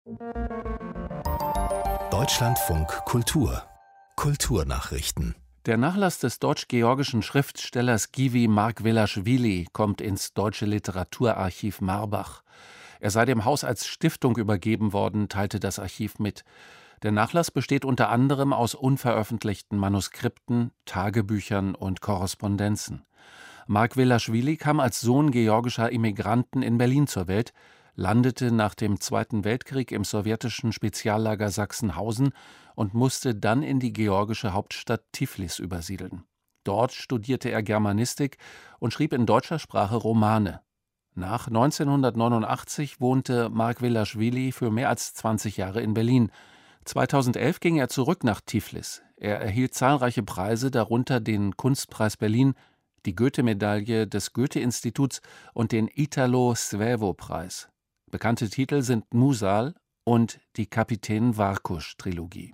Deutschlandfunk Kultur Kulturnachrichten. Der Nachlass des deutsch-georgischen Schriftstellers Givi Margvelaschwili kommt ins Deutsche Literaturarchiv Marbach. Er sei dem Haus als Stiftung übergeben worden, teilte das Archiv mit. Der Nachlass besteht unter anderem aus unveröffentlichten Manuskripten, Tagebüchern und Korrespondenzen. Margvelaschwili kam als Sohn georgischer Immigranten in Berlin zur Welt, landete nach dem Zweiten Weltkrieg im sowjetischen Speziallager Sachsenhausen und musste dann in die georgische Hauptstadt Tiflis übersiedeln. Dort studierte er Germanistik und schrieb in deutscher Sprache Romane. Nach 1989 wohnte Margvelaschwili für mehr als 20 Jahre in Berlin. 2011 ging er zurück nach Tiflis. Er erhielt zahlreiche Preise, darunter den Kunstpreis Berlin, die Goethe-Medaille des Goethe-Instituts und den Italo-Svevo-Preis. Bekannte Titel sind Musal und die Kapitän Varkusch-Trilogie.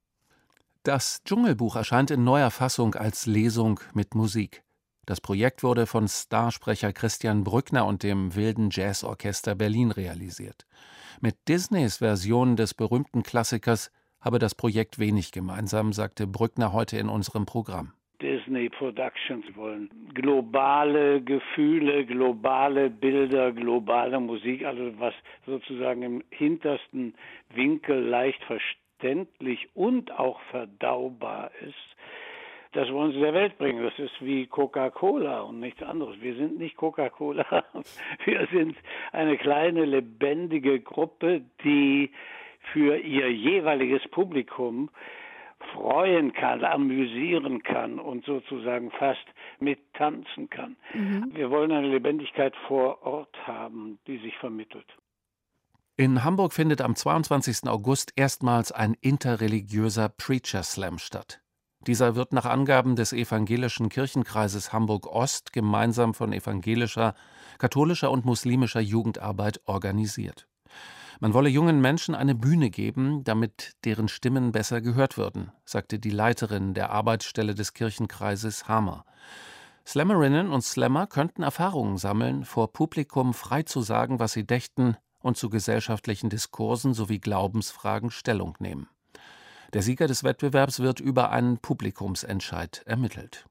Das Dschungelbuch erscheint in neuer Fassung als Lesung mit Musik. Das Projekt wurde von Starsprecher Christian Brückner und dem Wilden Jazzorchester Berlin realisiert. Mit Disneys Version des berühmten Klassikers habe das Projekt wenig gemeinsam, sagte Brückner heute in unserem Programm. Disney Productions wollen globale Gefühle, globale Bilder, globale Musik, also was sozusagen im hintersten Winkel leicht verständlich und auch verdaubar ist. Das wollen sie der Welt bringen. Das ist wie Coca-Cola und nichts anderes. Wir sind nicht Coca-Cola. Wir sind eine kleine, lebendige Gruppe, die für ihr jeweiliges Publikum freuen kann, amüsieren kann und sozusagen fast mittanzen kann. Wir wollen eine Lebendigkeit vor Ort haben, die sich vermittelt. In Hamburg findet am 22. August erstmals ein interreligiöser Preacher Slam statt. Dieser wird nach Angaben des Evangelischen Kirchenkreises Hamburg-Ost gemeinsam von evangelischer, katholischer und muslimischer Jugendarbeit organisiert. Man wolle jungen Menschen eine Bühne geben, damit deren Stimmen besser gehört würden, sagte die Leiterin der Arbeitsstelle des Kirchenkreises Hamer. Slammerinnen und Slammer könnten Erfahrungen sammeln, vor Publikum frei zu sagen, was sie dächten und zu gesellschaftlichen Diskursen sowie Glaubensfragen Stellung nehmen. Der Sieger des Wettbewerbs wird über einen Publikumsentscheid ermittelt.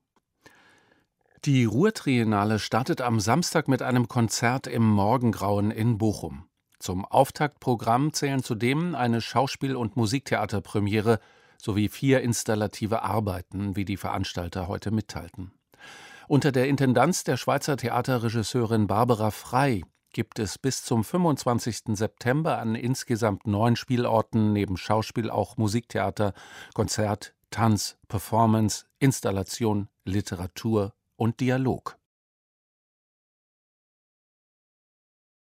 Die Ruhrtriennale startet am Samstag mit einem Konzert im Morgengrauen in Bochum. Zum Auftaktprogramm zählen zudem eine Schauspiel- und Musiktheaterpremiere sowie 4 installative Arbeiten, wie die Veranstalter heute mitteilten. Unter der Intendanz der Schweizer Theaterregisseurin Barbara Frey gibt es bis zum 25. September an insgesamt 9 Spielorten neben Schauspiel auch Musiktheater, Konzert, Tanz, Performance, Installation, Literatur und Dialog.